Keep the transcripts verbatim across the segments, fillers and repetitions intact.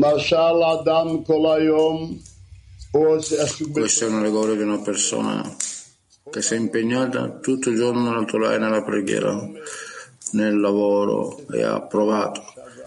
Questa è un'allegoria di una persona che si è impegnata tutto il giorno nella Torah e nella preghiera, nel lavoro, e ha provato.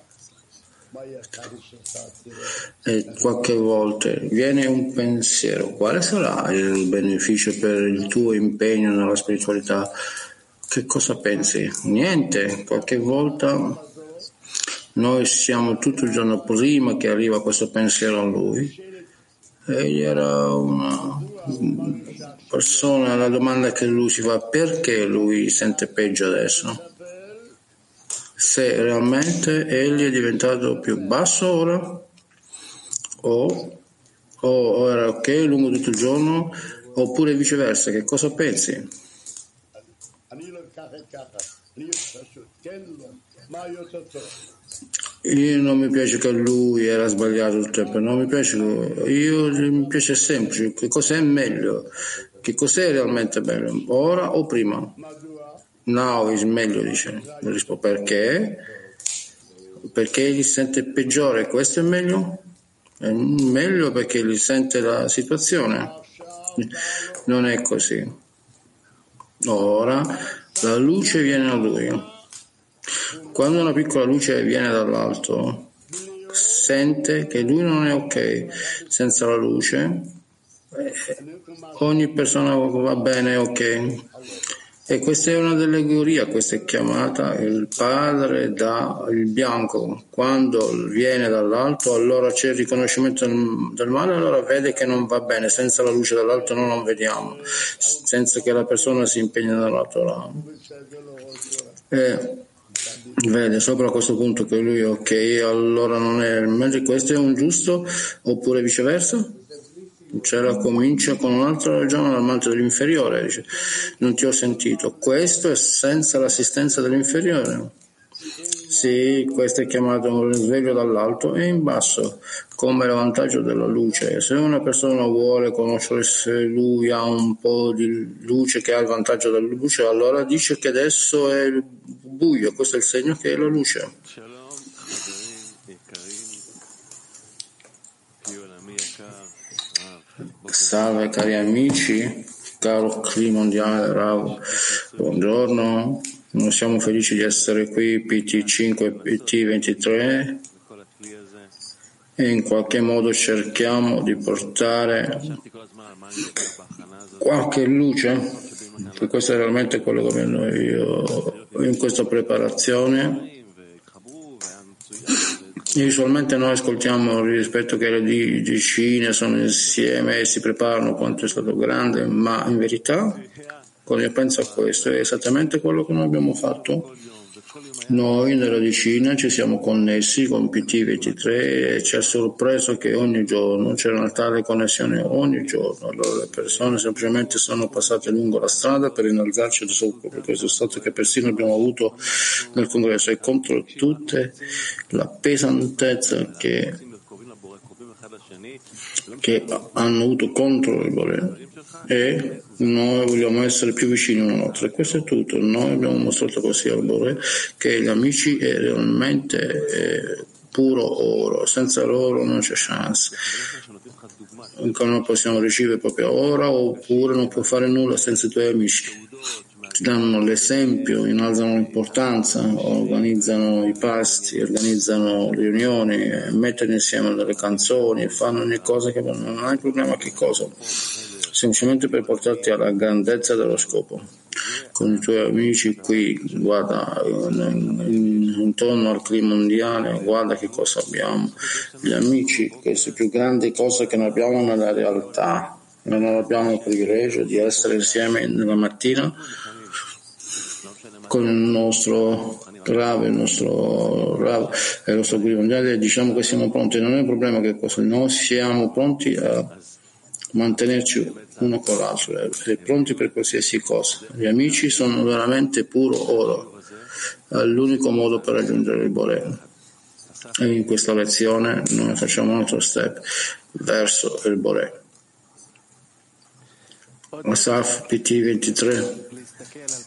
E qualche volta viene un pensiero: quale sarà il beneficio per il tuo impegno nella spiritualità? Che cosa pensi? Niente. Qualche volta noi siamo tutto il giorno prima che arriva questo pensiero a lui. Egli era una persona, la domanda che lui si fa: perché lui sente peggio adesso? Se realmente egli è diventato più basso ora, o, o era ok lungo tutto il giorno, oppure viceversa. Che cosa pensi? Io non mi piace che lui era sbagliato tutto il tempo, non mi piace, io mi piace semplice. Che cos'è meglio? Che cos'è realmente meglio? Ora o prima? Now is meglio, dice. Rispondo: perché? Perché gli sente peggiore, questo è meglio? È meglio perché gli sente la situazione. Non è così. Ora la luce viene a lui. Quando una piccola luce viene dall'alto, sente che lui non è ok. Senza la luce ogni persona va bene, ok. E questa è una delle allegorie, questa è chiamata il padre dà il bianco. Quando viene dall'alto, allora c'è il riconoscimento del, del male, allora vede che non va bene. Senza la luce dall'alto non lo vediamo, senza che la persona si impegni nella Torah. E vede sopra questo punto che lui è ok, allora non è meglio. Questo è un giusto, oppure viceversa? Ce la comincia con un'altra ragione allarmante dell'inferiore, dice: non ti ho sentito. Questo è senza l'assistenza dell'inferiore. Sì, questo è chiamato un risveglio dall'alto e in basso, come il vantaggio della luce. Se una persona vuole conoscere se lui ha un po' di luce, che ha il vantaggio della luce, allora dice che adesso è il buio. Questo è il segno che è la luce. Salve cari amici, caro Cli Mondiale Rav, buongiorno, noi siamo felici di essere qui, P T cinque e P T ventitré, e in qualche modo cerchiamo di portare qualche luce, che questo è realmente quello che vedo io in questa preparazione. Usualmente noi ascoltiamo rispetto che le decine sono insieme e si preparano quanto è stato grande, ma in verità, quando io penso a questo, è esattamente quello che noi abbiamo fatto. Noi nella decina ci siamo connessi con P T ventitré e ci ha sorpreso che ogni giorno c'era una tale connessione, ogni giorno. Allora le persone semplicemente sono passate lungo la strada per innalzarci da sopra, per questo stato che persino abbiamo avuto nel congresso, e contro tutte la pesantezza che, che hanno avuto contro il Bore, e noi vogliamo essere più vicini uno all'altro, e questo è tutto. Noi abbiamo mostrato così al Bore che gli amici è realmente eh, puro oro, senza loro non c'è chance. Non possiamo ricevere proprio ora, oppure non puoi fare nulla senza i tuoi amici. Ti danno l'esempio, innalzano l'importanza, organizzano i pasti, organizzano riunioni, mettono insieme delle canzoni, fanno ogni cosa, che non hai problema che cosa, semplicemente per portarti alla grandezza dello scopo. Con i tuoi amici qui, guarda, intorno al clima mondiale, guarda che cosa abbiamo. Gli amici, queste più grandi cose che noi abbiamo nella realtà. Noi non abbiamo il privilegio di essere insieme nella mattina con il nostro Rav, il nostro Rav e il nostro Guru mondiale, e diciamo che siamo pronti. Non è un problema che cosa, noi siamo pronti a mantenerci uno con l'altro, e pronti per qualsiasi cosa. Gli amici sono veramente puro oro, è l'unico modo per raggiungere il Bore. E in questa lezione noi facciamo un altro step verso il Bore. Asaf P T ventitré.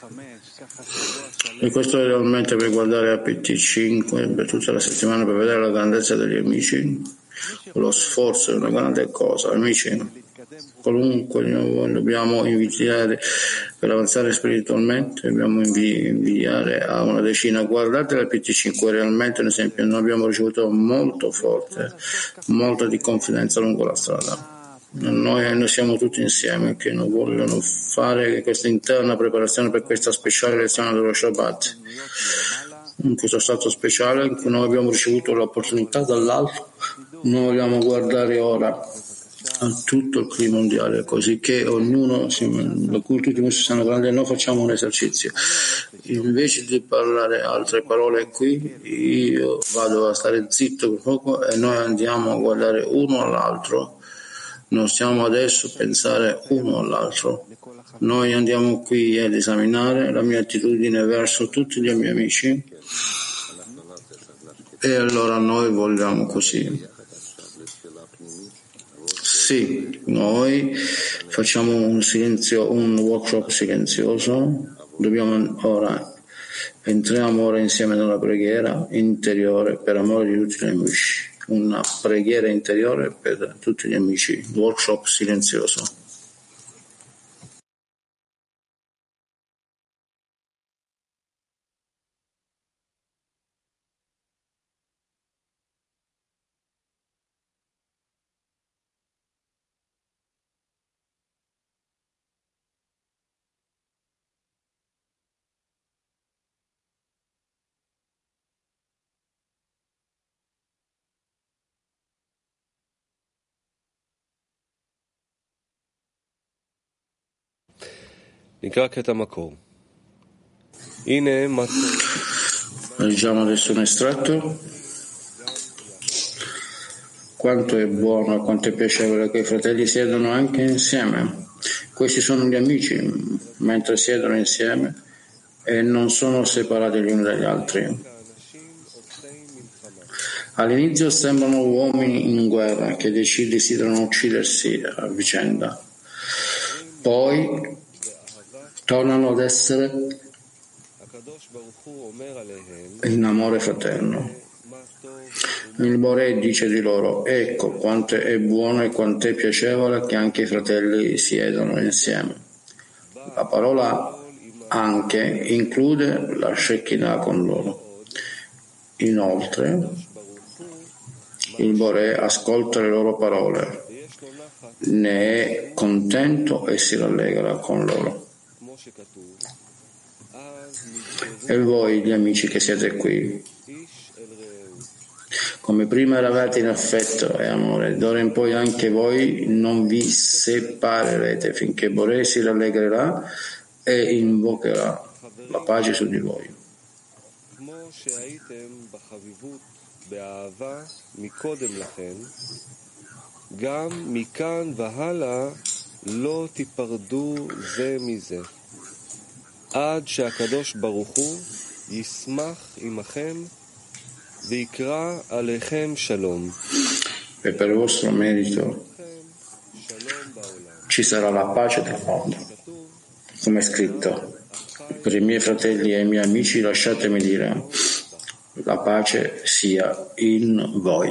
E questo è realmente per guardare a P T cinque per tutta la settimana, per vedere la grandezza degli amici. Lo sforzo è una grande cosa, amici. Qualunque noi dobbiamo invitare per avanzare spiritualmente, dobbiamo invi- inviare a una decina. Guardate la P T cinque, realmente un esempio, noi abbiamo ricevuto molto forte, molta di confidenza lungo la strada. Noi, noi siamo tutti insieme che non vogliono fare questa interna preparazione per questa speciale lezione dello Shabbat, in questo stato speciale in cui noi abbiamo ricevuto l'opportunità dall'alto. Noi vogliamo guardare ora a tutto il clima mondiale, così che ognuno, da cui tutti i musicisti sanno grandi, noi facciamo un esercizio. Invece di parlare altre parole qui, io vado a stare zitto per poco e noi andiamo a guardare uno all'altro. Non stiamo adesso a pensare uno all'altro. Noi andiamo qui ad esaminare la mia attitudine verso tutti gli miei amici e allora noi vogliamo così. Sì, noi facciamo un silenzio, un workshop silenzioso. Dobbiamo ora, entriamo ora insieme nella preghiera interiore per amore di tutti gli amici. Una preghiera interiore per tutti gli amici, workshop silenzioso. Leggiamo adesso un estratto. Quanto è buono e quanto è piacevole che i fratelli siedano anche insieme. Questi sono gli amici, mentre siedono insieme e non sono separati gli uni dagli altri. All'inizio sembrano uomini in guerra che decidono uccidersi a vicenda. Poi tornano ad essere in amore fraterno. Il Boré dice di loro: ecco quanto è buono e quanto è piacevole che anche i fratelli siedano insieme. La parola anche include la Shekinah con loro. Inoltre il Boré ascolta le loro parole, ne è contento e si rallegra con loro. E voi, gli amici che siete qui, come prima eravate in affetto e amore, d'ora in poi anche voi non vi separerete finché Boré si rallegrerà e invocherà la pace su di voi. עד שהקדוש ברוך הוא ישמח עמכם ויקרא עליכם שלום. E per il vostro merito ci sarà la pace del mondo. Come è scritto: per i miei fratelli e i miei amici lasciatemi dire, la pace sia in voi.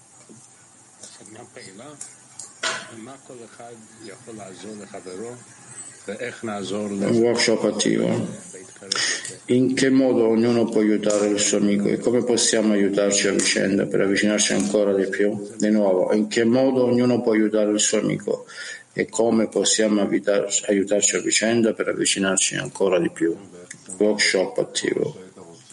Un workshop attivo. In che modo ognuno può aiutare il suo amico e come possiamo aiutarci a vicenda per avvicinarci ancora di più? Di nuovo, in che modo ognuno può aiutare il suo amico e come possiamo aiutarci a vicenda per avvicinarci ancora di più? Workshop attivo.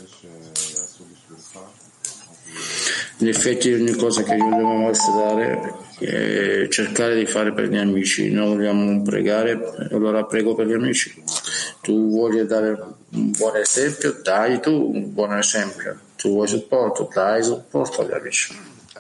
In effetti ogni cosa che noi dobbiamo dare è cercare di fare per gli amici. Noi vogliamo pregare, allora prego per gli amici. Tu vuoi dare un buon esempio, dai tu un buon esempio. Tu vuoi supporto, dai supporto agli amici.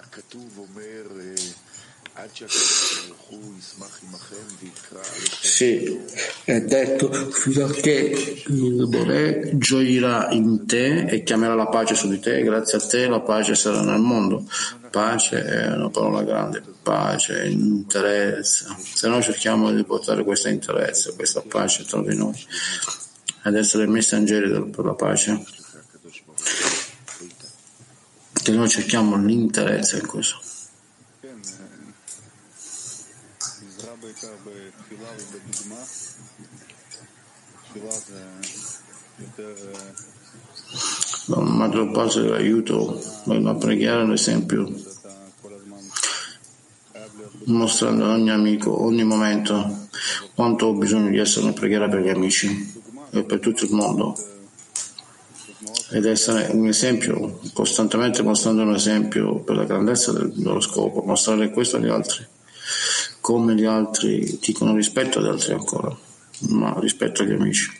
Sì, è detto fino a che il Boré gioirà in te e chiamerà la pace su di te, e grazie a te la pace sarà nel mondo. Pace è una parola grande, pace, interesse. Se noi cerchiamo di portare questa interesse, questa pace tra di noi, ad essere messaggeri del, per la pace, che noi cerchiamo l'interezza in questo. La maggior parte dell'aiuto è una preghiera, ad esempio, mostrando a ogni amico, ogni momento, quanto ho bisogno di essere una preghiera per gli amici e per tutto il mondo, ed essere un esempio, costantemente mostrando un esempio per la grandezza del loro scopo, mostrare questo agli altri, come gli altri dicono rispetto agli altri ancora, ma rispetto agli amici.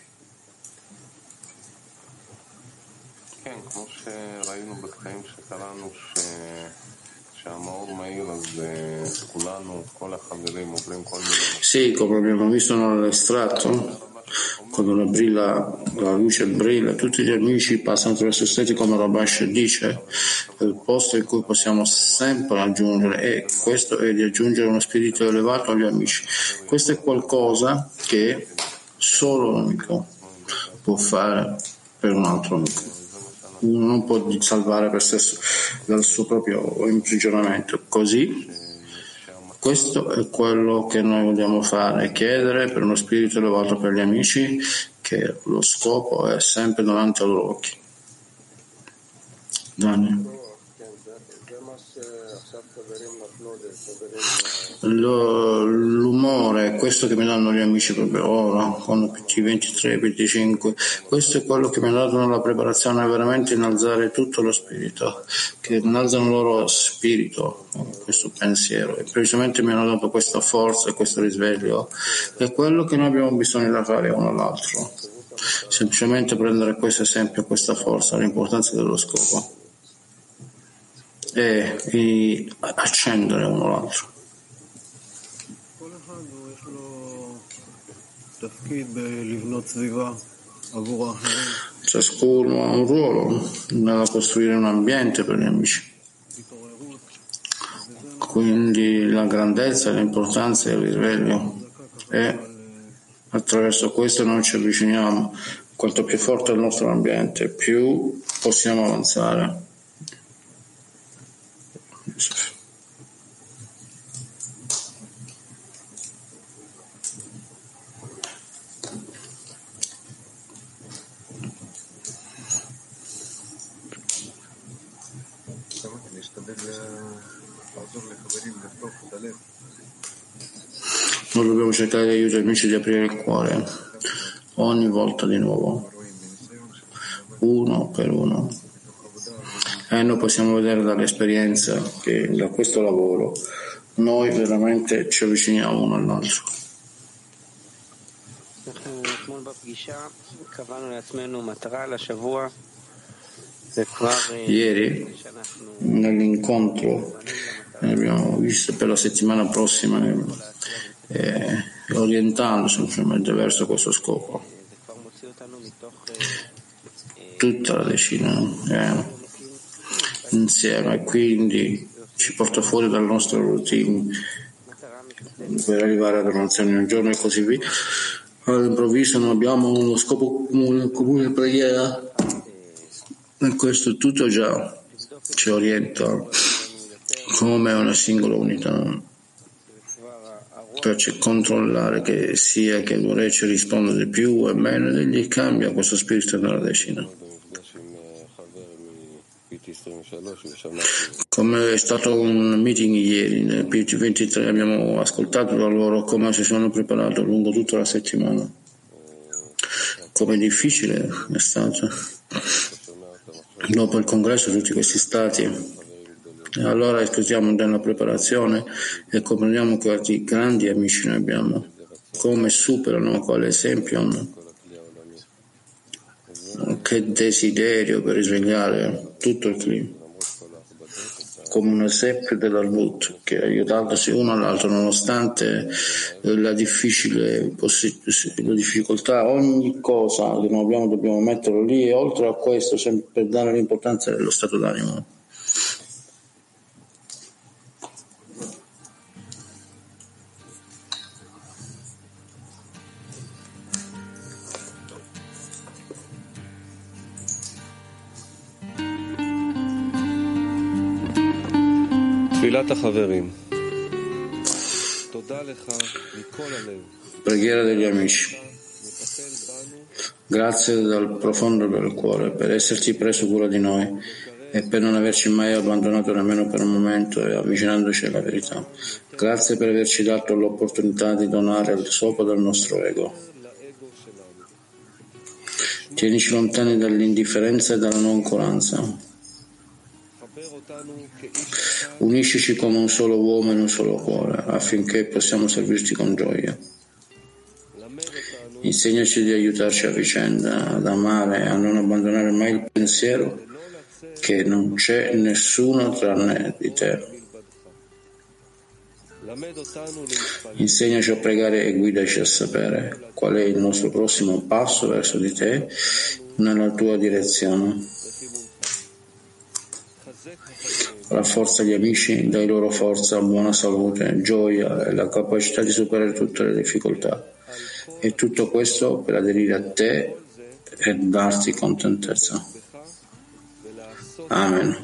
Sì, come abbiamo visto nell'estratto, quando brilla, la luce brilla, tutti gli amici passano attraverso stati, come Rabash dice, il posto in cui possiamo sempre raggiungere, e questo è di aggiungere uno spirito elevato agli amici. Questo è qualcosa che solo l'amico può fare per un altro amico. Uno non può salvare per stesso dal suo proprio imprigionamento. Così, questo è quello che noi vogliamo fare, chiedere per uno spirito elevato per gli amici, che lo scopo è sempre davanti ai loro occhi. Dani. Lo, l'umore, questo che mi danno gli amici proprio ora, con P T ventitré, P T cinque, questo è quello che mi ha dato nella preparazione, veramente innalzare tutto lo spirito, che innalzano il loro spirito, questo pensiero, e precisamente mi hanno dato questa forza e questo risveglio, è quello che noi abbiamo bisogno di fare uno all'altro, semplicemente prendere questo esempio, questa forza, l'importanza dello scopo e, e accendere uno l'altro. Ciascuno ha un ruolo nel costruire un ambiente per gli amici, quindi la grandezza, l'importanza del risveglio, e attraverso questo noi ci avviciniamo. Quanto più forte è il nostro ambiente, più possiamo avanzare. Noi dobbiamo cercare di aiutare gli amici di aprire il cuore ogni volta di nuovo, uno per uno, e noi possiamo vedere dall'esperienza che da questo lavoro noi veramente ci avviciniamo uno all'altro. Ieri nell'incontro abbiamo visto per la settimana prossima, eh, orientando semplicemente verso questo scopo tutta la decina eh, insieme, quindi ci porta fuori dal nostro routine per arrivare ad avanzare un giorno e così via. All'improvviso non abbiamo uno scopo comune, comune preghiera, e questo tutto già ci orienta come una singola unità per controllare che sia che vorrei ci risponda di più e meno, e gli cambia questo spirito nella decina. Come è stato un meeting ieri nel P T ventitré, abbiamo ascoltato da loro come si sono preparati lungo tutta la settimana, come difficile è stato dopo il congresso tutti questi stati, e allora escludiamo della preparazione e comprendiamo quanti grandi amici noi abbiamo, come superano, quale esempio hanno, che desiderio per risvegliare tutto il clima, come un esempio della Lut, che aiutandosi uno all'altro nonostante la difficile possi- la difficoltà, ogni cosa che noi abbiamo dobbiamo metterlo lì, e oltre a questo sempre per dare l'importanza dello stato d'animo. תפילת החברים. תודה לך מכל הלב. Preghiera degli amici. Grazie dal profondo del cuore per esserti preso cura di noi e per non averci mai abbandonato nemmeno per un momento e avvicinandoci alla verità. Grazie per averci dato l'opportunità di donare al scopo del nostro ego. Tienici lontani dall'indifferenza e dalla noncuranza. Uniscici come un solo uomo in un solo cuore, affinché possiamo servirti con gioia. Insegnaci di aiutarci a vicenda, ad amare e a non abbandonare mai il pensiero che non c'è nessuno tranne di te. Insegnaci a pregare e guidaci a sapere qual è il nostro prossimo passo verso di te nella tua direzione. Rafforza gli amici, dai loro forza, buona salute, gioia e la capacità di superare tutte le difficoltà. E tutto questo per aderire a te e darti contentezza. Amen.